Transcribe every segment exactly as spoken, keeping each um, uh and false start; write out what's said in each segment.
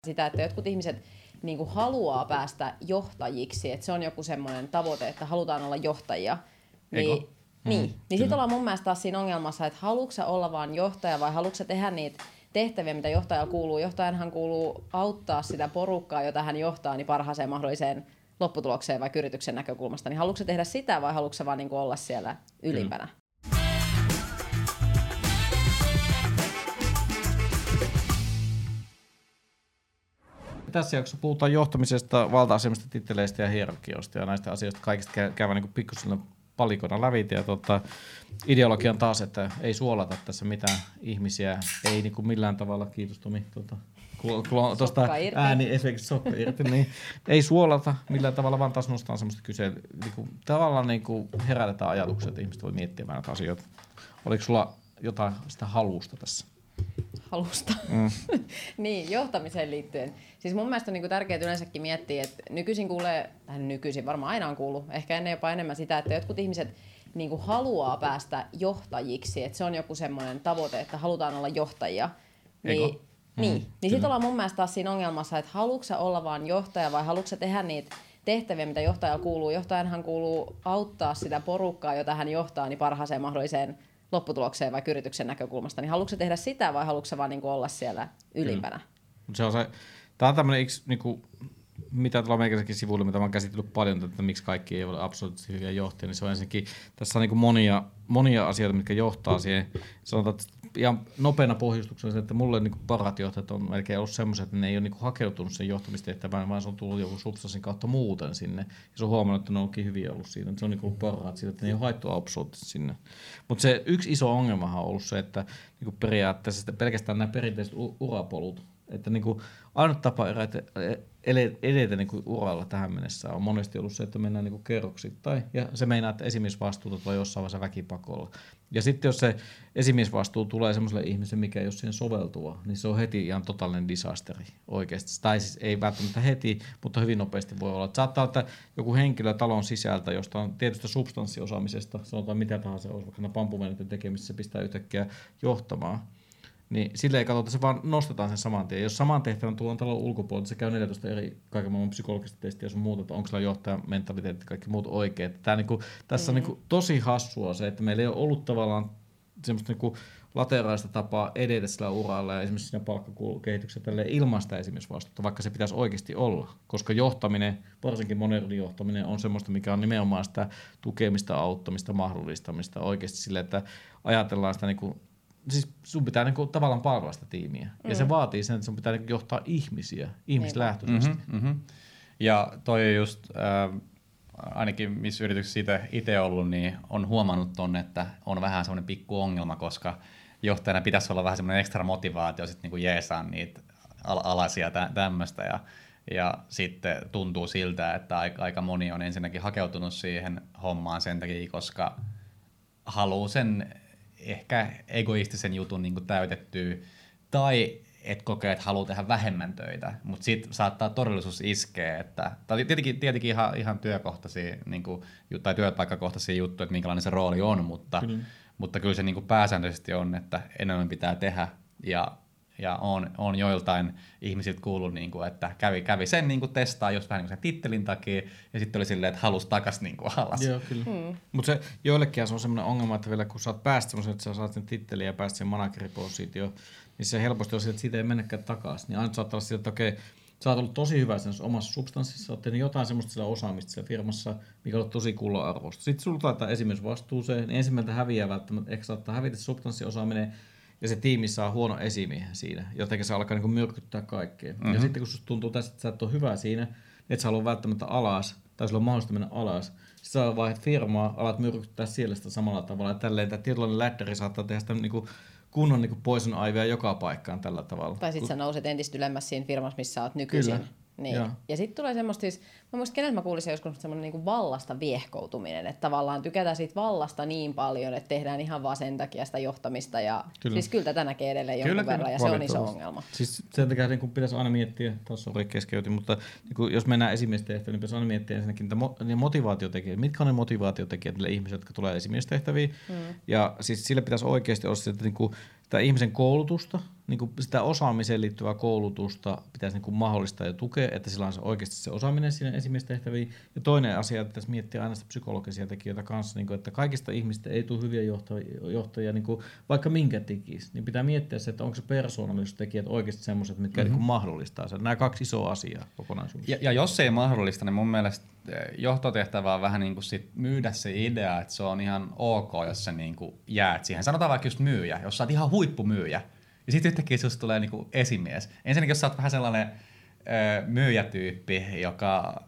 sitä, että jotkut ihmiset niin kuin haluaa päästä johtajiksi, että se on joku semmoinen tavoite, että halutaan olla johtajia. Niin, mm, niin, niin sitten ollaan mun mielestä taas siinä ongelmassa, että haluatko sä olla vaan johtaja vai haluatko sä tehdä niitä tehtäviä, mitä johtajalla kuuluu. Johtajanhan kuuluu auttaa sitä porukkaa, jota hän johtaa, niin parhaaseen mahdolliseen lopputulokseen vai yrityksen näkökulmasta. Niin haluatko sä tehdä sitä vai haluatko sä vaan niin kuin olla siellä ylimpänä? Mm. Tässä jaksossa puhutaan johtamisesta, valta-asemista, titteleistä ja hierarkioista ja näistä asioista kaikista käydään niin pikkuisena palikona lävitä. Ja tuota, ideologian taas, että ei suolata tässä mitään ihmisiä, ei niin kuin millään tavalla, kiitos Tomi, tuota, tuosta ääni esimerkiksi sokka irti, niin ei suolata millään tavalla, vaan taas nostaa semmoista kyse, niin kuin, tavallaan niin kuin herätetään ajatukset, että ihmiset voi miettiä näitä asioita. Oliko sulla jotain sitä halusta tässä? Halusta. Mm. Niin, johtamiseen liittyen. Siis mun mielestä on niinku tärkeää yleensäkin miettiä, että nykyisin kuulee, tai nykyisin varmaan aina on kuullut, ehkä ennen jopa enemmän sitä, että jotkut ihmiset niinku haluaa päästä johtajiksi, että se on joku semmoinen tavoite, että halutaan olla johtajia. Niin, mm. niin, niin sitten ollaan mun mielestä taas siinä ongelmassa, että haluatko sä olla vaan johtaja vai haluatko sä tehdä niitä tehtäviä, mitä johtajalla kuuluu. Johtajanhan kuuluu auttaa sitä porukkaa, jota hän johtaa, niin parhaaseen mahdolliseen lopputulokseen vai yrityksen näkökulmasta, niin haluatko tehdä sitä vai haluatko vaan niinku olla siellä ylimpänä? Se on se, tämä on tämmöinen, niinku, mitä tuolla meikäläisenkin sivuilla, mitä mä oon käsitellyt paljon, että miksi kaikki ei ole absoluuttisesti hyviä johtajia, niin se on ensinnäkin, tässä on niinku monia, monia asioita, mitkä johtaa siihen. Sanotaan, että ihan nopeana pohjustuksena se, että mulle niinku parhaat johtajat on melkein ollut semmoiset, että ne ei ole niinku hakeutunut sen johtamistehtävään, vaan se on tullut joku substanssin kautta muuten sinne. Ja se on huomannut, että ne onkin hyviä ollut siinä. Se on niinku parhaat siitä, että ne ei ole haettu absoluuttisesti sinne. Mutta se yksi iso ongelmahan on ollut se, että niinku periaatteessa pelkästään nämä perinteiset urapolut, että niinku ainut tapa edetä niinku uralla tähän mennessä on monesti ollut se, että mennään niinku kerroksittain. Ja se meinaa, että esimiesvastuuta tulee jossain vaiheessa väkipakolla. Ja sitten jos se esimiesvastuu tulee semmoiselle ihmiselle, mikä ei ole siihen soveltuva, niin se on heti ihan totaalinen disasteri oikeasti. Tai siis ei välttämättä heti, mutta hyvin nopeasti voi olla. Saattaa olla, että joku henkilö talon sisältä, josta on tietystä substanssiosaamisesta, sanotaan mitä tahansa, vaikka pampuveneiden tekemistä, se pistää yhtäkkiä johtamaan. Niin sille ei katsota, se vaan nostetaan sen saman tien. Jos saman tehtävän tullaan talon ulkopuolelta, se käy neljätoista eri kaiken maailman psykologista testiä sun muuta, että onko sillä johtajan mentaliteetti kaikki muut oikein. Tää niinku, tässä mm-hmm. on niinku tosi hassua se, että meillä ei ole ollut tavallaan semmoista niinku lateraalista tapaa edetä sillä uralla ja esimerkiksi siinä palkkakehityksessä ilman sitä esimiesvastuuta, vaikka se pitäisi oikeasti olla. Koska johtaminen, varsinkin moderni johtaminen, on semmoista, mikä on nimenomaan sitä tukemista, auttamista, mahdollistamista oikeasti silleen, että ajatellaan sitä niinku siis sun pitää niinku tavallaan palvella sitä tiimiä. Mm. Ja se vaatii sen, että sun pitää niinku johtaa ihmisiä, ihmislähtöisesti. Mm-hmm, mm-hmm. Ja toi on just, äh, ainakin missä yrityksessä siitä itse ollut, niin on huomannut ton, että on vähän semmoinen pikku ongelma, koska johtajana pitäisi olla vähän semmoinen ekstra motivaatio sit niinku jeesaa niitä al- alaisia tä- tämmöistä. Ja, ja sitten tuntuu siltä, että aika, aika moni on ensinnäkin hakeutunut siihen hommaan sen takia, koska haluaa sen ehkä egoistisen jutun niin kuin täytettyä, tai et kokee, että haluaa tehdä vähemmän töitä, mutta sitten saattaa todellisuus iskeä, että, tai tietenkin, tietenkin ihan, ihan työkohtaisia, niin kuin, tai työpaikkakohtaisia juttuja, että minkälainen se rooli on, mutta, mm. mutta kyllä se niin kuin pääsääntöisesti on, että enemmän pitää tehdä, ja Ja on, on joiltain ihmisiltä kuullut, niin kuin, että kävi, kävi sen niin kuin testaa just vähän niin kuin sen tittelin takia, ja sitten oli silleen, että halusi takaisin niin kuin alas. Joo, kyllä. Mm. Mutta joillekin se on semmoinen ongelma, että vielä kun sä oot päästä semmoisen, että sä saat sen tittelin ja päästä sen manageripositioon, niin se helposti on se, että siitä ei mennäkään takaisin. Niin aina saattaa olla sillä, että okei, sä oot ollut tosi hyvä sen omassa substanssissa, sä oot tehnyt jotain semmoista sillä osaamista siellä firmassa, mikä on tosi kullanarvoista. Sitten sulla laitetaan esimerkiksi vastuuseen, niin ensimmäinen häviää välttämättä, ehkä saattaa hävitä substanssiosaaminen, ja se tiimi saa huono esimiehen siinä, jotenkin se alkaa niinku myrkyttää kaikkea. Mm-hmm. Ja sitten kun susta tuntuu tästä, että sä et ole hyvä siinä, et sä halua välttämättä alas, tai sulla on mahdollista mennä alas, sitten sä vaihdat firmaa, alat myrkyttää siellä sitä samalla tavalla. Ja tälleen tämä tietynlainen lädderi saattaa tehdä sitä niinku kunnon niinku poison ivea joka paikkaan tällä tavalla. Tai sitten sä nouset entistä ylemmäs siinä firmassa, missä sä oot nykyisin. Kyllä. Niin. Ja, ja sitten tulee semmoista, siis, mä muistin, keneltä mä kuulisin joskus semmoinen niinku vallasta viehkoutuminen, että tavallaan tykätään siitä vallasta niin paljon, että tehdään ihan vaan sen takia sitä johtamista, ja kyllä. Siis kyllä tätä näkee edelleen jonkun kyllä, verran, ja se on iso ongelma. Siis sen takia niin pitäisi aina miettiä, taas oli keskeytin, mutta niin jos mennään esimiestehtäviin, niin pitäisi aina miettiä ensinnäkin niitä motivaatiotekijät, mitkä on ne motivaatiotekijät niille ihmisille, jotka tulee esimiestehtäviin, mm. ja siis sille pitäisi oikeasti olla sitä, että niin kuin, tämä ihmisen koulutusta, niin kuin sitä osaamiseen liittyvää koulutusta pitäisi niin kuin mahdollistaa ja tukea, että sillä on se oikeasti se osaaminen siinä esimiestehtäviin. Ja toinen asia, että pitäisi miettiä aina sitä psykologisia tekijöitä kanssa, niin kuin, että kaikista ihmistä ei tule hyviä johtajia, johtajia niin kuin vaikka minkä tekisi, niin pitää miettiä se, että onko se persoonallisuustekijät oikeasti semmoiset, mitkä mm-hmm. niin kuin mahdollistaa sen. Nämä kaksi isoa asiaa kokonaisuudessa. Ja, ja jos se ei mahdollista, niin mun mielestä johtotehtävä on vähän niin kuin sit myydä se idea, että se on ihan ok, jos sä niin kuin jäät siihen. Sanotaan vaikka just myyjä, jos sä oot ihan huippumyyjä, ja sitten yhtäkkiä susta tulee niin kuin esimies. Ensinnäkin, jos sä oot vähän sellainen ö, myyjätyyppi, joka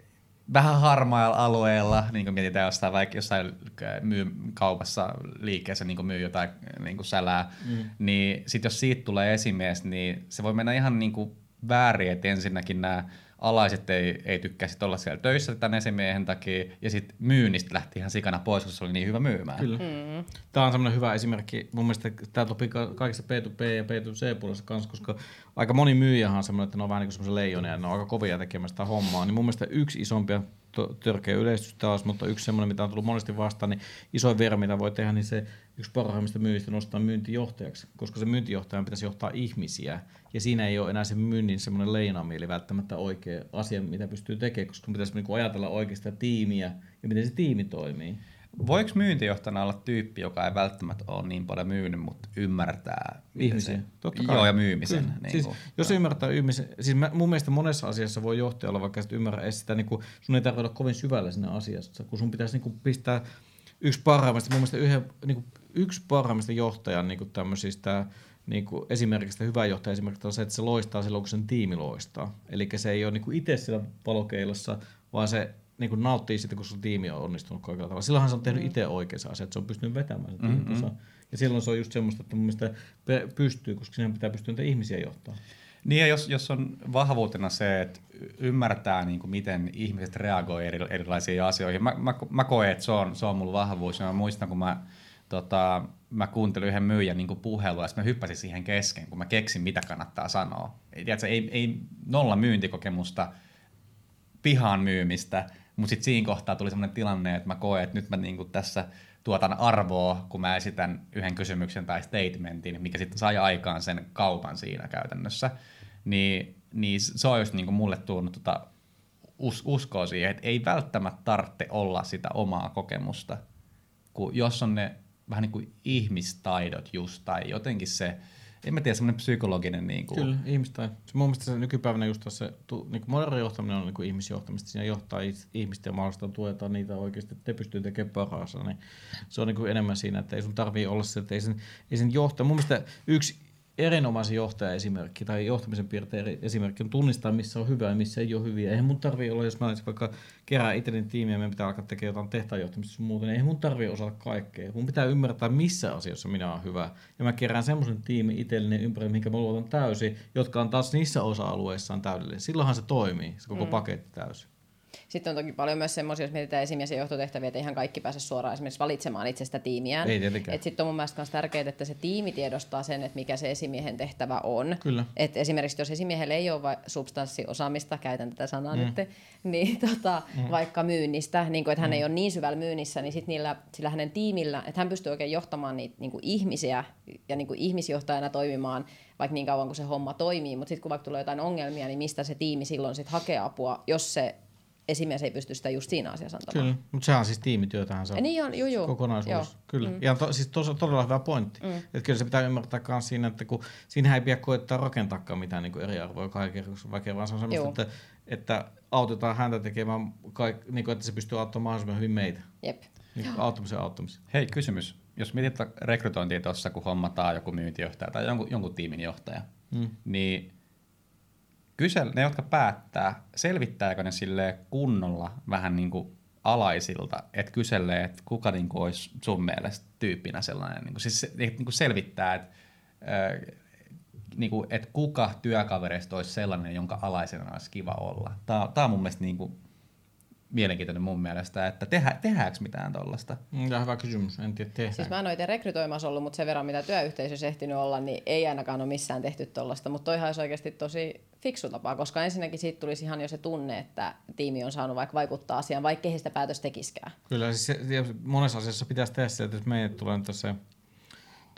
vähän harmaalla alueella, niin kuin mietitään jostain vaikka jossain myy kaupassa liikkeessä niin kuin myy jotain niin kuin sälää, mm. niin sitten jos siitä tulee esimies, niin se voi mennä ihan niin kuin väärin, että ensinnäkin nämä alaiset ei, ei tykkää sit olla siellä töissä tämän esimiehen takia, ja sitten myynnistä lähti ihan sikana pois, koska se oli niin hyvä myymään. Kyllä. Mm. Tämä on semmoinen hyvä esimerkki. Mun mielestä tämä topii kaikissa B to B ja B to C puolessa kanssa, koska aika moni myyjähän on semmoinen, että ne on vähän niin kuin semmoisia leijonia, ja ne on aika kovia tekemään sitä hommaa. Niin mun mielestä yksi isompia törkeä yleistys taas, mutta yksi semmoinen, mitä on tullut monesti vastaan, niin isoin virhe, mitä voi tehdä, niin se yksi parhaimmista myyjistä nostaa myyntijohtajaksi, koska se myyntijohtajan pitäisi johtaa ihmisiä, ja siinä ei ole enää se myynnin semmoinen leinamieli välttämättä oikea asia, mitä pystyy tekemään, koska pitäisi niinku ajatella oikeastaan tiimiä ja miten se tiimi toimii. Voiko myyntijohtajana olla tyyppi, joka ei välttämättä ole niin paljon myynyt, mutta ymmärtää ihmisiä? Totta kai. Joo, ja myymisen. Niin siis, jos ymmärtää ymmisen, siis mä, mun mielestä monessa asiassa voi johtaja olla, vaikka et ymmärrä edes sitä, niin kun, sun ei tarvitse olla kovin syvällä siinä asiassa, kun sun pitäisi niin kun pistää yksi parhaimmista, mun mielestä yhden, niin kun, yksi parhaimmista johtajan niin kun tämmöisistä niin kuin esimerkiksi hyvä johtaja esimerkiksi on se, että se loistaa silloin, kun sen tiimi loistaa. Eli se ei ole niin kuin itse siellä palokeilassa, vaan se niin kuin nauttii siitä, kun sun tiimi on onnistunut kaikilla tavalla. Silloinhan se on tehnyt itse oikeassa asiassa, että se on pystynyt vetämään sen mm-hmm. tiimin. Ja silloin se on just semmoista, että mun mielestä pystyy, koska siinä pitää pystyä niitä ihmisiä johtaa. Niin ja jos, jos on vahvuutena se, että ymmärtää niin kuin miten ihmiset reagoi eri, erilaisiin asioihin. Mä, mä, mä koen, että se on, se on mulla vahvuus. Ja mä muistan, kun mä, tota, mä kuuntelin yhden myyjän niin kuin puhelua, ja sitten mä hyppäsin siihen kesken, kun mä keksin, mitä kannattaa sanoa. Tiedätkö, ei, ei nolla myyntikokemusta, pihaan myymistä, mutta sitten siinä kohtaa tuli sellainen tilanne, että mä koen, että nyt mä niin kuin tässä tuotan arvoa, kun mä esitän yhden kysymyksen tai statementin, mikä sitten sai aikaan sen kaupan siinä käytännössä, niin, niin se on just niin kuin mulle tuonut tota us- uskoa siihen, että ei välttämättä tarvitse olla sitä omaa kokemusta, kun jos on ne vähän niin kuin ihmistaidot just tai jotenkin se, en mä tiedä, semmoinen psykologinen niin kuin... Kyllä, ihmistaidot. Mun mielestä se nykypäivänä just se niin moderni johtaminen on niin kuin ihmisjohtamista. Siinä johtaa ihmistä ja mahdollista tuetaan niitä oikeasti, että te pystyy tekemään parhaansa. Niin se on niin kuin enemmän siinä, että ei sun tarvii olla se, että ei sen, ei sen johtaa. Mun mielestä yksi erinomaisen johtajan esimerkki tai johtamisen piirtein esimerkki on tunnistaa, missä on hyvää ja missä ei ole hyviä. Eihän mun tarvii olla, jos mä vaikka kerään itselleni tiimiä ja meidän pitää alkaa tekemään jotain tehtäänjohtamista sun muuta, niin eihän mun tarvii osata kaikkea. Mun pitää ymmärtää, missä asioissa minä olen hyvä. Ja mä kerään semmoisen tiimin itselleni ympäri, minkä mä luotan täysin, jotka on taas niissä osa-alueissaan täydellinen. Silloinhan se toimii, se koko mm. paketti täysin. Sitten on toki paljon myös semmoisia, jos mietitään esimies- ja johtotehtäviä, että eihän kaikki pääse suoraan esimerkiksi valitsemaan itsestä tiimiään. Ei tietenkään. Sitten on mun mielestä myös tärkeää, että se tiimi tiedostaa sen, että mikä se esimiehen tehtävä on. Kyllä. Et esimerkiksi jos esimiehellä ei ole va- substanssiosaamista, käytän tätä sanaa mm. nyt, niin tota, mm. vaikka myynnistä, niin kun, että hän mm. ei ole niin syvällä myynnissä, niin sit niillä, sillä hänen tiimillä, että hän pystyy oikein johtamaan niitä niin kuin ihmisiä ja niin kuin ihmisjohtajana toimimaan, vaikka niin kauan kuin se homma toimii, mutta sitten kun vaikka tulee jotain ongelmia, niin mistä se tiimi silloin sit hakee apua, jos se esimies ei pysty sitä just siinä asiassa antamaan. Kyllä, mutta sehän on siis tiimityötähän se on. Niin on, juu, juu. Kokonaisuudessa. Joo. Kyllä. Mm. Ja to, siis tos, todella hyvä pointti. Mm. Että kyllä se pitää ymmärtää myös siinä, että kun siinä ei pidä koettaa rakentaakaan mitään niin kuin eri arvoja kaiken vaikea, vaan se on semmoista, että, että autetaan häntä tekemään, kaik, niin kuin, että se pystyy auttamaan mahdollisimman hyvin meitä. Jep. Niin auttamisen auttamisen. Hei, kysymys. Jos mietitään rekrytointia tuossa, kun hommataan joku myyntijohtaja tai jonkun, jonkun tiimin johtaja, mm. niin kysel, ne, jotka päättää, selvittääkö ne silleen kunnolla vähän niin kuin alaisilta, että kyselee, että kuka niin kuin olisi sun mielestä tyyppinä sellainen, niin kuin, siis niin kuin selvittää, että, äh, niin kuin, että kuka työkavereista olisi sellainen, jonka alaisena olisi kiva olla. Tämä, tämä on mun mielestä niin kuin mielenkiintoinen mun mielestä, että tehdä, tehdäänkö mitään tollaista? Tämä on hyvä kysymys, en tiedä tehdään. Siis mä en ole itse rekrytoimassa ollut, mutta sen verran mitä työyhteisössä ehtinyt olla, niin ei ainakaan ole missään tehty tollaista, mutta toihan olisi oikeasti tosi fiksu tapa, koska ensinnäkin siitä tulisi ihan jo se tunne, että tiimi on saanut vaikka vaikuttaa asiaan, vaikka ei sitä päätöstä tekiskään. Kyllä, siis se, monessa asiassa pitäisi tehdä se, että jos meille tulee tässä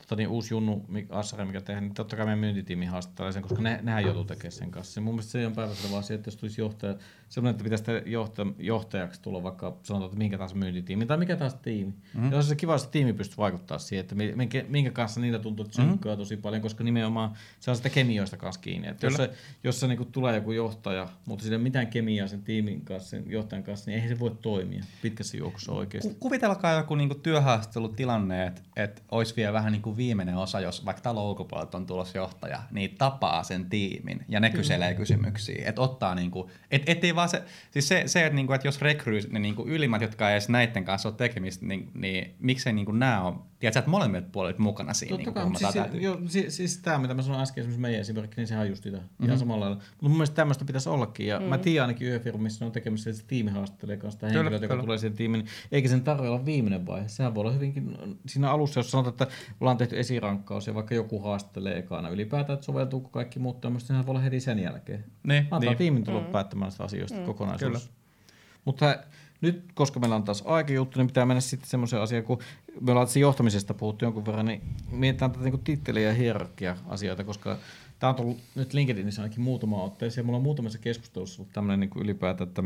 tota, niin uusi Junnu Assari, mikä tehdään, niin totta kai meidän myyntitiimi haastattelee sen, koska ne, nehän joutuu tekemään sen kanssa. Se, mun mielestä se on päiväselvä asia, että jos tulisi johtaja, semmoinen, että pitäisi johtaja, johtajaksi tulla vaikka sanotaan, että minkä tahansa myyntitiimi tai mikä tahansa tiimi. Mm-hmm. Ja olisi se kiva, että tiimi pystyy vaikuttaa siihen, että minkä, minkä kanssa niitä tuntuu, että synkkaa mm-hmm. tosi paljon, koska nimenomaan se on sitä kemioista kanssa kiinni. Että jos se, jos se niin kuin tulee joku johtaja, mutta sillä ei ole mitään kemiaa sen tiimin kanssa, sen johtajan kanssa, niin eihän se voi toimia pitkässä juoksussa oikeasti. Kuvitelkaa joku niin kuin työhaastattelutilanne, että, että olisi vielä vähän niin kuin viimeinen osa, jos vaikka talon ulkopuolelta on tulossa johtaja, niin tapaa sen tiimin ja ne kyselee kysymyksiä. Että ottaa niin kuin, et, ettei vaan se, siis se, se että, niin kuin, että jos rekryy ne niin kuin ylimmät, jotka ei edes näiden kanssa ole tekemistä, niin, niin miksei niin kuin nämä on, tiedätkö, että molemmit puolet mukana siinä. Totta niin kai, siis, se, jo, siis, siis tämä, mitä mä sanoin äsken, esimerkiksi meidän esimerkki, niin sehän on just sitä. Mm-hmm. Ihan samalla lailla. Mutta mun mielestä tämmöistä pitäisi ollakin. Ja mm. mä tiedän ainakin yhden firman, missä ne on tekemässä, että se tiimi haastattelee kanssa sitä henkilöä, joka tulee siihen tiimiin. Eikä sen tarvitse olla viimeinen vaihe. Sehän voi olla hyvinkin siinä alussa, jos sanotaan, että ollaan tehty esirankkaus ja vaikka joku haastattelee ekana ylipäätään, että soveltuuko kaikki muut tämmöistä, sehän voi olla heti sen jälkeen. Niin, Antaa niin. tiimin tulla mm. päättämään sitä asioista mm. kokonaisuudessa. Mutta nyt, koska meillä on taas aikajuttu, niin pitää mennä sitten semmoiseen asiaan, kun me ollaan tässä johtamisesta puhuttu jonkun verran, niin mietitään tätä niin titteliä ja hierarkia-asioita, koska tämä on tullut nyt LinkedInissä ainakin muutama otteeseen, ja mulla on muutamassa keskustelussa ollut tämmöinen niin ylipäätään, että,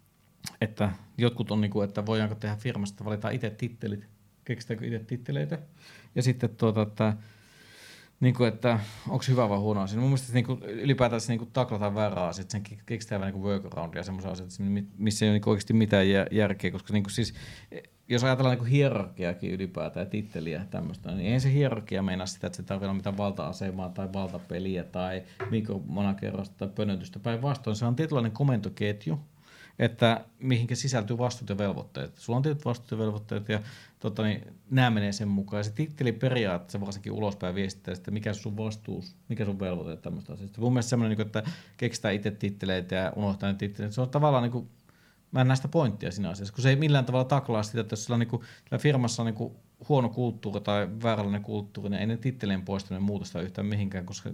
että jotkut on, niin kuin, että voidaanko tehdä firmasta, että valitaan itse tittelit, keksitäänkö itse titteleitä, ja sitten tuota, että niin kuin, että onko hyvä vai huono asia. Mun mielestä niin kuin, ylipäätään se niin kuin, taklataan väärää asiaa, että sen keksitään vähän niin workaroundia ja semmoisia asioita, missä ei ole niin oikeasti mitään järkeä, koska niin kuin, siis, jos ajatellaan niin kuin hierarkiakin ylipäätään ja titteliä tämmöistä, niin ei se hierarkia meinaa sitä, että se tarvitsee olla mitään valta-asemaa tai valtapeliä tai mikromanagerasta tai pönötystä. Päinvastoin se on tietynlainen komentoketju, että mihinkä sisältyy vastuut ja velvoitteet. Sulla on tietyt vastuut ja velvoitteet ja tota, niin, nämä menee sen mukaan. Ja se titteli periaatteessa varsinkin ulospäin viestittää, että mikä sun vastuus, mikä sun velvoite tämmöistä asioista. Mun mielestä semmoinen, että keksitään itse titteleitä ja unohtaa ne titteleitä, se on tavallaan niin kuin, mä en näe sitä pointtia siinä asiassa, kun se ei millään tavalla taklaa sitä, että jos sillä, niin kuin, sillä firmassa on niin kuin huono kulttuuri tai vääränlainen kulttuuri, niin ei ne tittelien poistaminen muuta sitä yhtään mihinkään, koska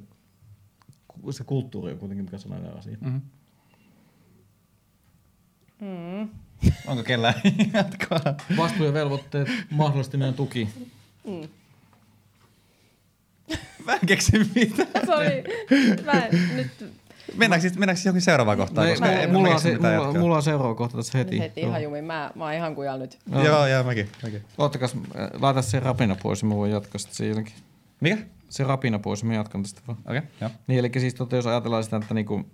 se kulttuuri on kuitenkin mikä sanoo näitä asioita. Mm-hmm. Mm. Onko kellään jatkoa? Vastuu ja velvoitteet, mahdollisesti meidän tuki. Mm. Mä en keksi mitään. Sori, mä en, nyt... Mennäänkö siis, mennäänkö siis johonkin seuraavaan kohtaan? No, koska mä, ei, mulla, on se, mulla, mulla on seuraava kohta tässä heti. Heti ihan jumiin, mä, mä oon ihan kujalla nyt. Joo, joo, joo mäkin. mäkin. Oottakas, laita se rapina pois ja mä voin jatkaa sitten sen jälkeen. Mikä? Se rapina pois ja mä jatkan tästä vaan. Okei, okay, joo. Niin, eli siis tota, jos ajatellaan sitä, että niinku,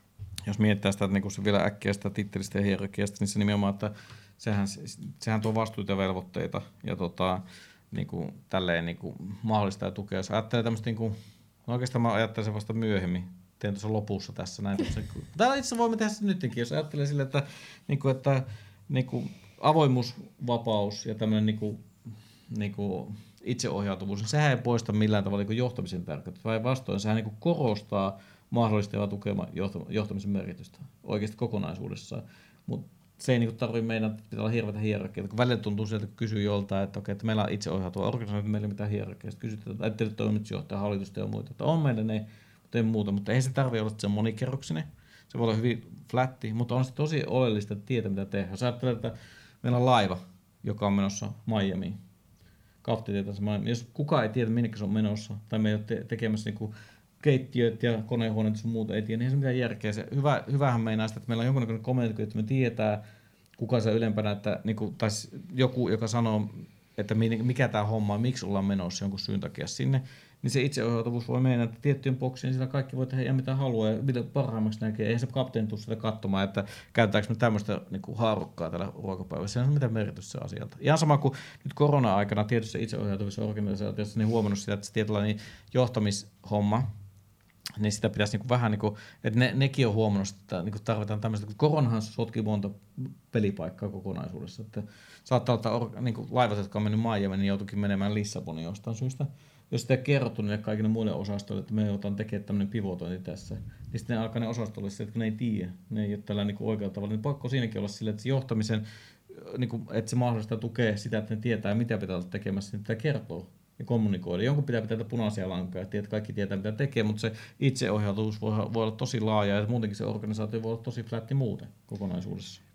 jos mietitään sitä, että niinku se vielä äkkiä sitä tittelistä ja hierarkiasta, niin se nimenomaan, että sehän, sehän tuo vastuuta ja velvoitteita ja tota, niinku, tälleen niinku, mahdollista ja tukea. Jos ajattelee tämmöistä, niinku, no oikeastaan mä ajattelen sen vasta myöhemmin, teen tuossa lopussa tässä näin. Täällä itse asiassa voimme tehdä se nytkin, jos ajattelee sille, että, niinku, että niinku, avoimuus, vapaus ja tämmöinen niinku, niinku, itseohjautuvuus, niin sehän ei poista millään tavalla niinku, johtamisen tärkeyttä. Päinvastoin sehän niinku, korostaa mahdollistavaa tukemaan johtamisen merkitystä oikeasti kokonaisuudessaan. Mutta se ei niinku tarvitse meidän, että pitää olla hirveätä hierarkiaa. Kun välillä tuntuu sieltä, kun kysyy joltain, että okei, että meillä on itseohjautuva organisaatio, että meillä ei ole mitään hierarkiaa. Sitten kysytään, että ajattelee toimitusjohtaja, hallitusta ja muita. Että on meillä ne, mutta ei muuta. Mutta ei se tarvitse olla, että se on monikerroksinen. Se voi olla hyvin flatti, mutta on se tosi oleellista, että tietää mitä tehdä. Jos ajattelee, että meillä on laiva, joka on menossa Miamiin. Kapteeni tietää se Miami. Jos kukaan ei tiedä, minne se on menossa, tai me ei ole te- tekemässä niinku keittiöt ja konehuoneet ja sun muuta ei tiedä, niin ei se mitään järkeä. Se hyvä, hyvähän meinaa sitä, että meillä on jonkunnäköinen komentokyky, että me tietää, kuka se ylempänä, että, niin kuin, tai joku, joka sanoo, että mikä tämä homma on, miksi ollaan menossa jonkun syyn takia sinne, niin se itseohjautuvuus voi mennä, että tiettyjen boksiin sillä kaikki voi tehdä ja mitä haluaa ja mitä parhaimmaksi näkee. Ei se kapteeni tule sitä katsomaan, että käytetäänkö me tämmöistä niin kuin haarukkaa tällä ruokapäivässä. Se on mitä merkitys se asialta. Ihan sama kuin nyt korona-aikana tietysti itseohjautuvissa organisaatioissa niin huomannut sitä, että se tietynlainen johtamishomma, niin sitä pitäisi niinku vähän, niinku, että ne, nekin on huomannut, että niinku tarvitaan tämmöistä, kun koronahan sotki monta pelipaikkaa kokonaisuudessa, että saattaa olla, että niinku laivat, jotka on mennyt Miamiin, niin joutuikin menemään Lissabonin jostain syystä. Jos sitä ei kerrottu niille kaikille muille osastoille, että me joudutaan tekemään tämmöinen pivotointi tässä, niin sitten ne alkaa ne osastolle että kun ne ei tiedä, ne ei ole tällä niinku oikealla tavalla, niin pakko siinäkin olla sille, että se johtamisen, niinku, että se mahdollistaa tukea sitä, että ne tietää, mitä pitää olla tekemässä, niin pitää kertoa ja kommunikoida. Jonkun pitää pitää punaisia lankoja, että kaikki tietää mitä tekee, mutta se itseohjautuvuus voi, voi olla tosi laaja ja muutenkin se organisaatio voi olla tosi flätti muuten kokonaisuudessa.